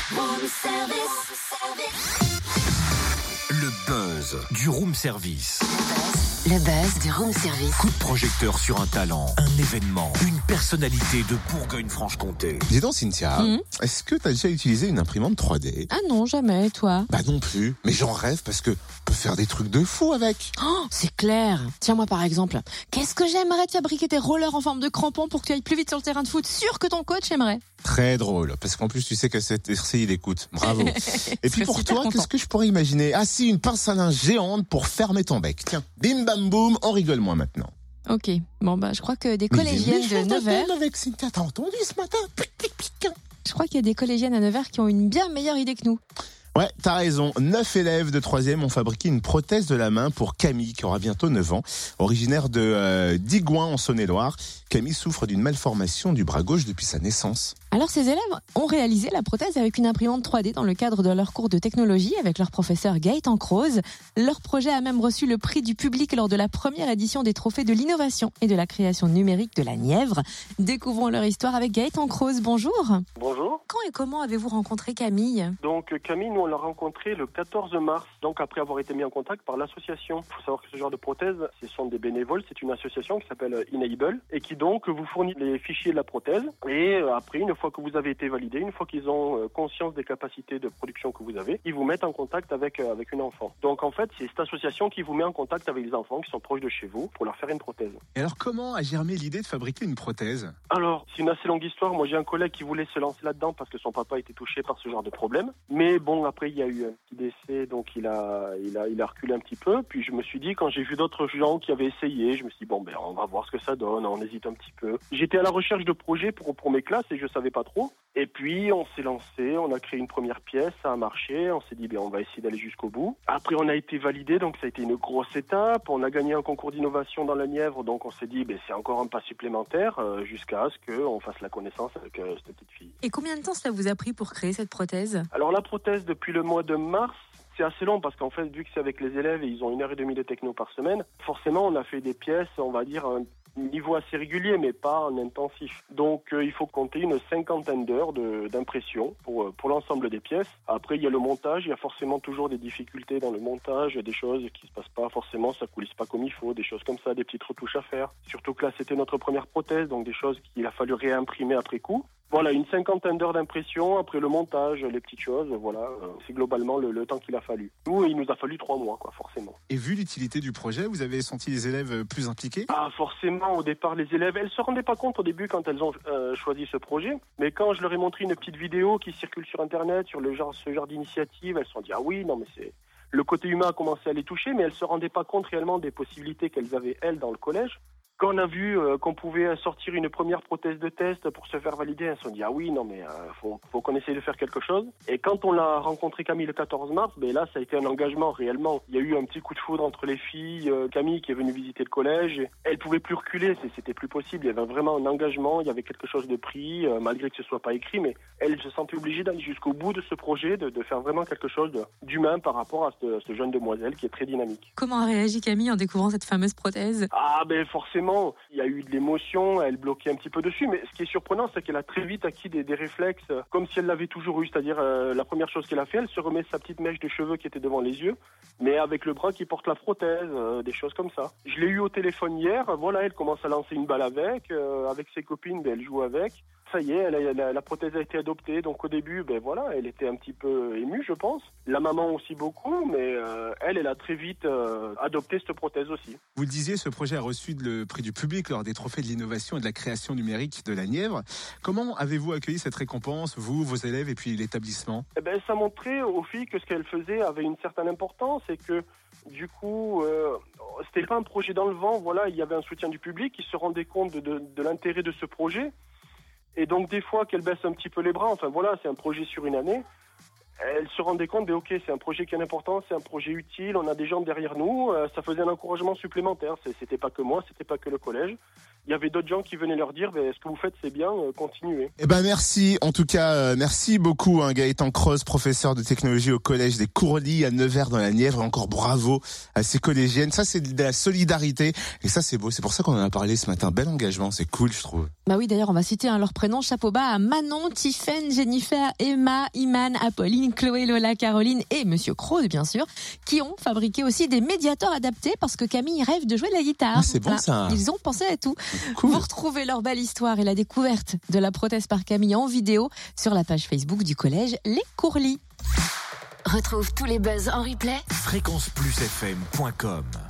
Room service. Le buzz du room service. Le buzz du room service. Coup de projecteur sur un talent, un événement, une personnalité de Bourgogne-Franche-Comté. Dis donc Cynthia, est-ce que t'as déjà utilisé une imprimante 3D? Ah non, jamais, et toi? Bah non plus, mais j'en rêve parce que on peut faire des trucs de fou avec. Oh, c'est clair. Tiens, moi par exemple, qu'est-ce que j'aimerais de fabriquer des rollers en forme de crampons pour que tu ailles plus vite sur le terrain de foot. Sûr que ton coach aimerait. Très drôle, parce qu'en plus tu sais que cette RC il écoute. Bravo. Et puis pour toi, content. qu'est-ce que je pourrais imaginer? Ah si, une pince à linge géante pour fermer ton bec. Tiens, bim bam boum, on rigole moins maintenant. Ok, bon bah je crois que des collégiennes de Nevers... avec Cynthia, t'as entendu ce matin? Pic, pic, pic. Je crois qu'il y a des collégiennes à Nevers qui ont une bien meilleure idée que nous. Ouais, t'as raison. 9 élèves de 3e ont fabriqué une prothèse de la main pour Camille, qui aura bientôt 9 ans. Originaire de Digoin, en Saône-et-Loire, Camille souffre d'une malformation du bras gauche depuis sa naissance. Alors ces élèves ont réalisé la prothèse avec une imprimante 3D dans le cadre de leur cours de technologie avec leur professeur Gaëtan Croze. Leur projet a même reçu le prix du public lors de la première édition des trophées de l'innovation et de la création numérique de la Nièvre. Découvrons leur histoire avec Gaëtan Croze. Bonjour. Bonjour. Quand et comment avez-vous rencontré Camille? Donc Camille, nous on l'a rencontré le 14 mars, donc après avoir été mis en contact par l'association. Il faut savoir que ce genre de prothèse, ce sont des bénévoles, c'est une association qui s'appelle Enable et qui donc vous fournit les fichiers de la prothèse et après, une fois que vous avez été validé, une fois qu'ils ont conscience des capacités de production que vous avez, ils vous mettent en contact avec une enfant. Donc en fait, c'est cette association qui vous met en contact avec les enfants qui sont proches de chez vous pour leur faire une prothèse. Et alors comment a germé l'idée de fabriquer une prothèse? Alors, c'est une assez longue histoire. Moi, j'ai un collègue qui voulait se lancer là-dedans parce que son papa a été touché par ce genre de problème. Mais bon, après, il y a eu un petit décès, donc il a reculé un petit peu. Puis je me suis dit, quand j'ai vu d'autres gens qui avaient essayé, je me suis dit, bon, ben, on va voir ce que ça donne, on hésite un petit peu. J'étais à la recherche de projets pour mes classes et je savais pas trop. Et puis, on s'est lancé, on a créé une première pièce, ça a marché, on s'est dit, ben, on va essayer d'aller jusqu'au bout. Après, on a été validé, donc ça a été une grosse étape. On a gagné un concours d'innovation dans la Nièvre, donc on s'est dit, ben, c'est encore un pas supplémentaire jusqu'à ce qu'on fasse la connaissance avec cette petite fille. Et combien de temps cela vous a pris pour créer cette prothèse? Alors, la prothèse, depuis le mois de mars, c'est assez long parce qu'en fait, vu que c'est avec les élèves et ils ont 1h30 de techno par semaine, forcément, on a fait des pièces, on va dire, un niveau assez régulier, mais pas en intensif. Donc, il faut compter une 50aine d'heures d'impression pour l'ensemble des pièces. Après, il y a le montage. Il y a forcément toujours des difficultés dans le montage, des choses qui se passent pas forcément, ça coulisse pas comme il faut, des choses comme ça, des petites retouches à faire. Surtout que là, c'était notre première prothèse, donc des choses qu'il a fallu réimprimer après coup. Voilà, une 50aine d'heures d'impression, après le montage, les petites choses, voilà, c'est globalement le temps qu'il a fallu. Nous, il nous a fallu 3 mois, quoi, forcément. Et vu l'utilité du projet, vous avez senti les élèves plus impliqués? Ah, forcément, au départ, les élèves, elles se rendaient pas compte au début quand elles ont choisi ce projet, mais quand je leur ai montré une petite vidéo qui circule sur Internet, sur ce genre d'initiative, elles se sont dit, ah oui, non, mais c'est... Le côté humain a commencé à les toucher, mais elles se rendaient pas compte réellement des possibilités qu'elles avaient, elles, dans le collège. Quand on a vu qu'on pouvait sortir une première prothèse de test pour se faire valider, elles se sont dit, ah oui, non, mais faut qu'on essaye de faire quelque chose. Et quand on l'a rencontré Camille le 14 mars, ben là, ça a été un engagement réellement. Il y a eu un petit coup de foudre entre les filles. Camille qui est venue visiter le collège, elle pouvait plus reculer, c'était plus possible. Il y avait vraiment un engagement, il y avait quelque chose de pris, malgré que ce soit pas écrit, mais elle se sentait obligée d'aller jusqu'au bout de ce projet, de faire vraiment quelque chose d'humain par rapport à ce jeune demoiselle qui est très dynamique. Comment a réagi Camille en découvrant cette fameuse prothèse? Ah ben forcément, il y a eu de l'émotion, elle bloquait un petit peu dessus, mais ce qui est surprenant, c'est qu'elle a très vite acquis des réflexes, comme si elle l'avait toujours eu, c'est-à-dire la première chose qu'elle a fait, elle se remet sa petite mèche de cheveux qui était devant les yeux, mais avec le bras qui porte la prothèse, des choses comme ça. Je l'ai eu au téléphone hier, voilà, elle commence à lancer une balle avec ses copines, ben, elle joue avec. Ça y est, la prothèse a été adoptée, donc au début, ben voilà, elle était un petit peu émue, je pense. La maman aussi beaucoup, mais elle a très vite adopté cette prothèse aussi. Vous le disiez, ce projet a reçu le prix du public lors des trophées de l'innovation et de la création numérique de la Nièvre. Comment avez-vous accueilli cette récompense, vous, vos élèves et puis l'établissement? Eh ben, ça montrait aux filles que ce qu'elles faisaient avait une certaine importance et que du coup, c'était pas un projet dans le vent. Voilà, il y avait un soutien du public qui se rendait compte de l'intérêt de ce projet. Et donc, des fois, qu'elles baissent un petit peu les bras, enfin voilà, c'est un projet sur une année. elles se rendaient compte, ok, c'est un projet qui est important, c'est un projet utile, on a des gens derrière nous, ça faisait un encouragement supplémentaire. C'était pas que moi, c'était pas que le collège. Il y avait d'autres gens qui venaient leur dire, ce que vous faites c'est bien, continuez. Eh ben merci, en tout cas, merci beaucoup Gaëtan Croze, professeur de technologie au collège des Courlis à Nevers dans la Nièvre. Encore bravo à ces collégiennes. Ça c'est de la solidarité et ça c'est beau. C'est pour ça qu'on en a parlé ce matin. Bel engagement, c'est cool je trouve. Bah oui, d'ailleurs on va citer leurs prénoms. Chapeau bas à Manon, Tiffaine, Jennifer, Emma, Iman, Apolline, Chloé, Lola, Caroline et Monsieur Croze bien sûr, qui ont fabriqué aussi des médiators adaptés parce que Camille rêve de jouer de la guitare. Ah, c'est bon ça. Ils ont pensé à tout. Cool. Vous retrouvez leur belle histoire et la découverte de la prothèse par Camille en vidéo sur la page Facebook du collège Les Courlis. Retrouve tous les buzz en replay. fréquenceplusfm.com